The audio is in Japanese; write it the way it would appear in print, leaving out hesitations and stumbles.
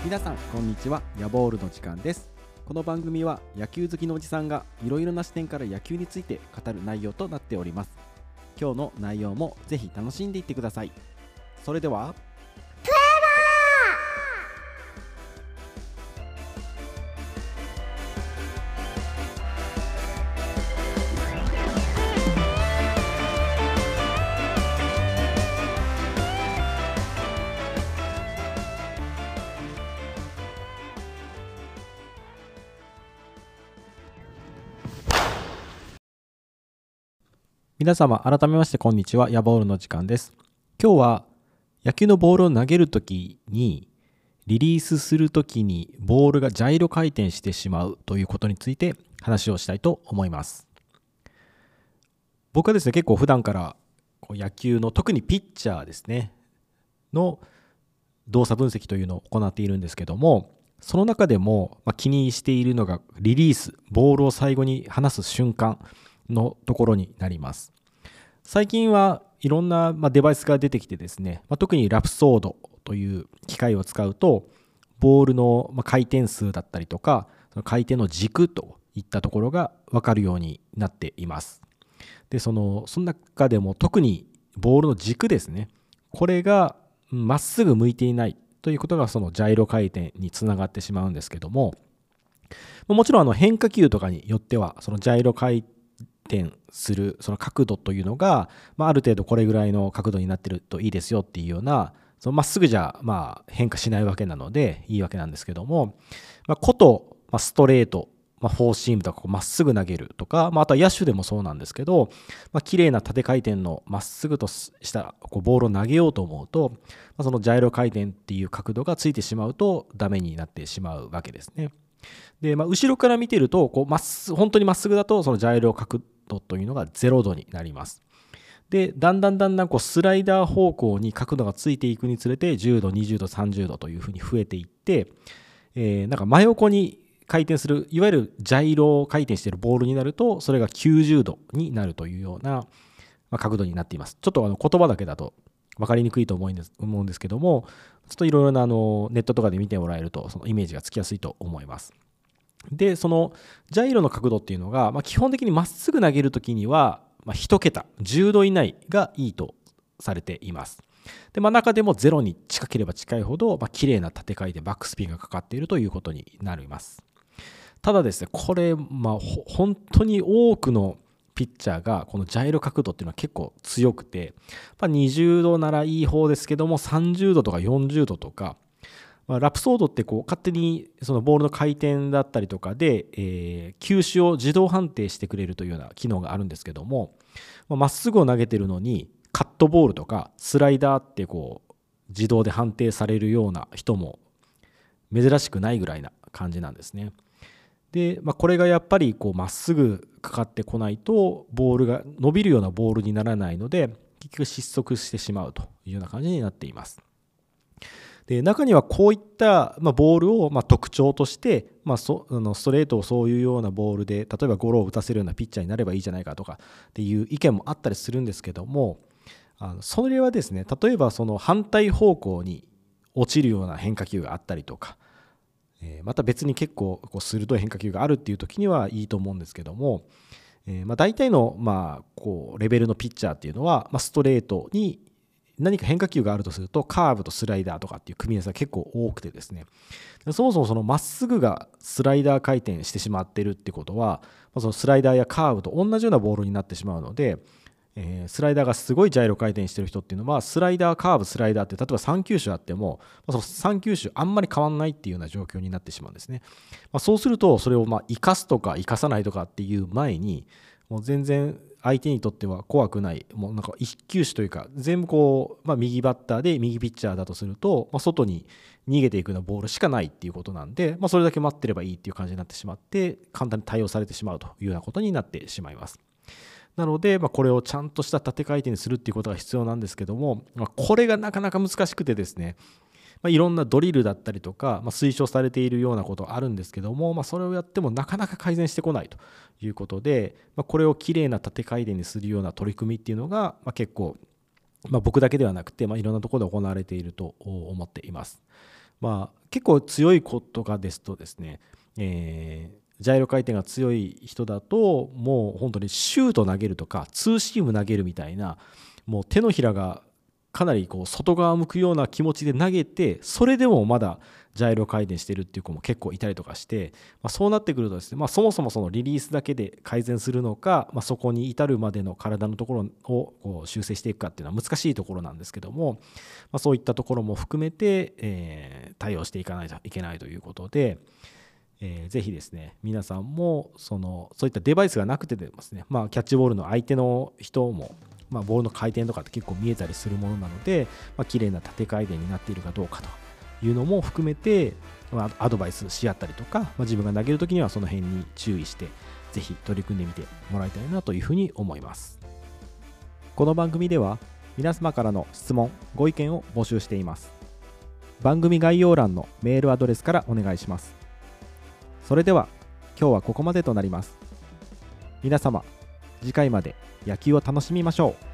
皆さんこんにちは。ヤボールの時間です。この番組は野球好きのおじさんがいろいろな視点から野球について語る内容となっております。今日の内容もぜひ楽しんでいってください。それでは皆様改めましてこんにちは。ヤボールの時間です。今日は野球のボールを投げるときにリリースするときにボールがジャイロ回転してしまうということについて話をしたいと思います。僕はですね、結構普段から野球の特にピッチャーですねの動作分析というのを行っているんですけども、その中でも気にしているのがリリース、ボールを最後に離す瞬間のところになります。最近はいろんなデバイスが出てきてですね、特にラプソードという機械を使うとボールの回転数だったりとかその回転の軸といったところが分かるようになっています。でその中でも特にボールの軸ですね、これがまっすぐ向いていないということがそのジャイロ回転につながってしまうんですけども、もちろん変化球とかによってはそのジャイロ回転するその角度というのが、ある程度これぐらいの角度になってるといいですよっていうような、そのまっすぐじゃ変化しないわけなのでいいわけなんですけども、ことストレート、フォーシームとかまっすぐ投げるとか、あとは野手でもそうなんですけど、綺麗な縦回転のまっすぐとしたボールを投げようと思うと、そのジャイロ回転っていう角度がついてしまうとダメになってしまうわけですね。で、後ろから見てると本当にまっすぐだとそのジャイロ角度というのが0度になります。でだんだんスライダー方向に角度がついていくにつれて10度20度30度というふうに増えていって、真横に回転するいわゆるジャイロ回転しているボールになるとそれが90度になるというような角度になっています。ちょっと言葉だけだと分かりにくいと思うんですけども、ちょっといろいろなネットとかで見てもらえるとそのイメージがつきやすいと思います。でそのジャイロの角度っていうのが、基本的にまっすぐ投げるときには、1桁10度以内がいいとされています。で、中でも0に近ければ近いほど、綺麗な縦回転バックスピンがかかっているということになります。ただですね、これ、本当に多くのピッチャーがこのジャイロ角度っていうのは結構強くて、20度ならいい方ですけども30度とか40度とか、ラプソードって勝手にそのボールの回転だったりとかで、球種を自動判定してくれるというような機能があるんですけども、まっすぐを投げてるのにカットボールとかスライダーって自動で判定されるような人も珍しくないぐらいな感じなんですね。で、これがやっぱりまっすぐかかってこないとボールが伸びるようなボールにならないので結局失速してしまうというような感じになっています。で中にはこういったボールを特徴としてストレートをそういうようなボールで例えばゴロを打たせるようなピッチャーになればいいじゃないかとかっていう意見もあったりするんですけども、それはですね、例えばその反対方向に落ちるような変化球があったりとか、また別に結構鋭い変化球があるっていう時にはいいと思うんですけども、大体のレベルのピッチャーっていうのはストレートに何か変化球があるとするとカーブとスライダーとかっていう組み合わせが結構多くてですね、そもそもそのまっすぐがスライダー回転してしまってるってことは、そのスライダーやカーブと同じようなボールになってしまうので、スライダーがすごいジャイロ回転してる人っていうのはスライダーカーブスライダーって例えば3球種あってもその3球種あんまり変わんないっていうような状況になってしまうんですね。そうするとそれを生かすとか生かさないとかっていう前にもう全然相手にとっては怖くない、もう一球種というか全部右バッターで右ピッチャーだとすると、外に逃げていくようなボールしかないっていうことなんで、それだけ待ってればいいっていう感じになってしまって簡単に対応されてしまうというようなことになってしまいます。なので、これをちゃんとした縦回転にするっていうことが必要なんですけども、これがなかなか難しくてですね、いろんなドリルだったりとか、推奨されているようなことあるんですけども、それをやってもなかなか改善してこないということで、これをきれいな縦回転にするような取り組みっていうのが、結構、僕だけではなくて、いろんなところで行われていると思っています。 結構強い子とかですとですね、ジャイロ回転が強い人だともう本当にシュート投げるとかツーシーム投げるみたいな、もう手のひらがかなりこう外側向くような気持ちで投げて、それでもまだジャイロ回転してるっていう子も結構いたりとかして、そうなってくるとですね、そもそもそのリリースだけで改善するのか、そこに至るまでの体のところをこう修正していくかっていうのは難しいところなんですけども、そういったところも含めて、対応していかないといけないということで、ぜひですね皆さんもそういったデバイスがなくてですね、キャッチボールの相手の人も、ボールの回転とかって結構見えたりするものなので、綺麗な縦回転になっているかどうかというのも含めて、アドバイスし合ったりとか、自分が投げるときにはその辺に注意してぜひ取り組んでみてもらいたいなというふうに思います。この番組では皆様からの質問ご意見を募集しています。番組概要欄のメールアドレスからお願いします。それでは今日はここまでとなります。皆様次回まで野球を楽しみましょう。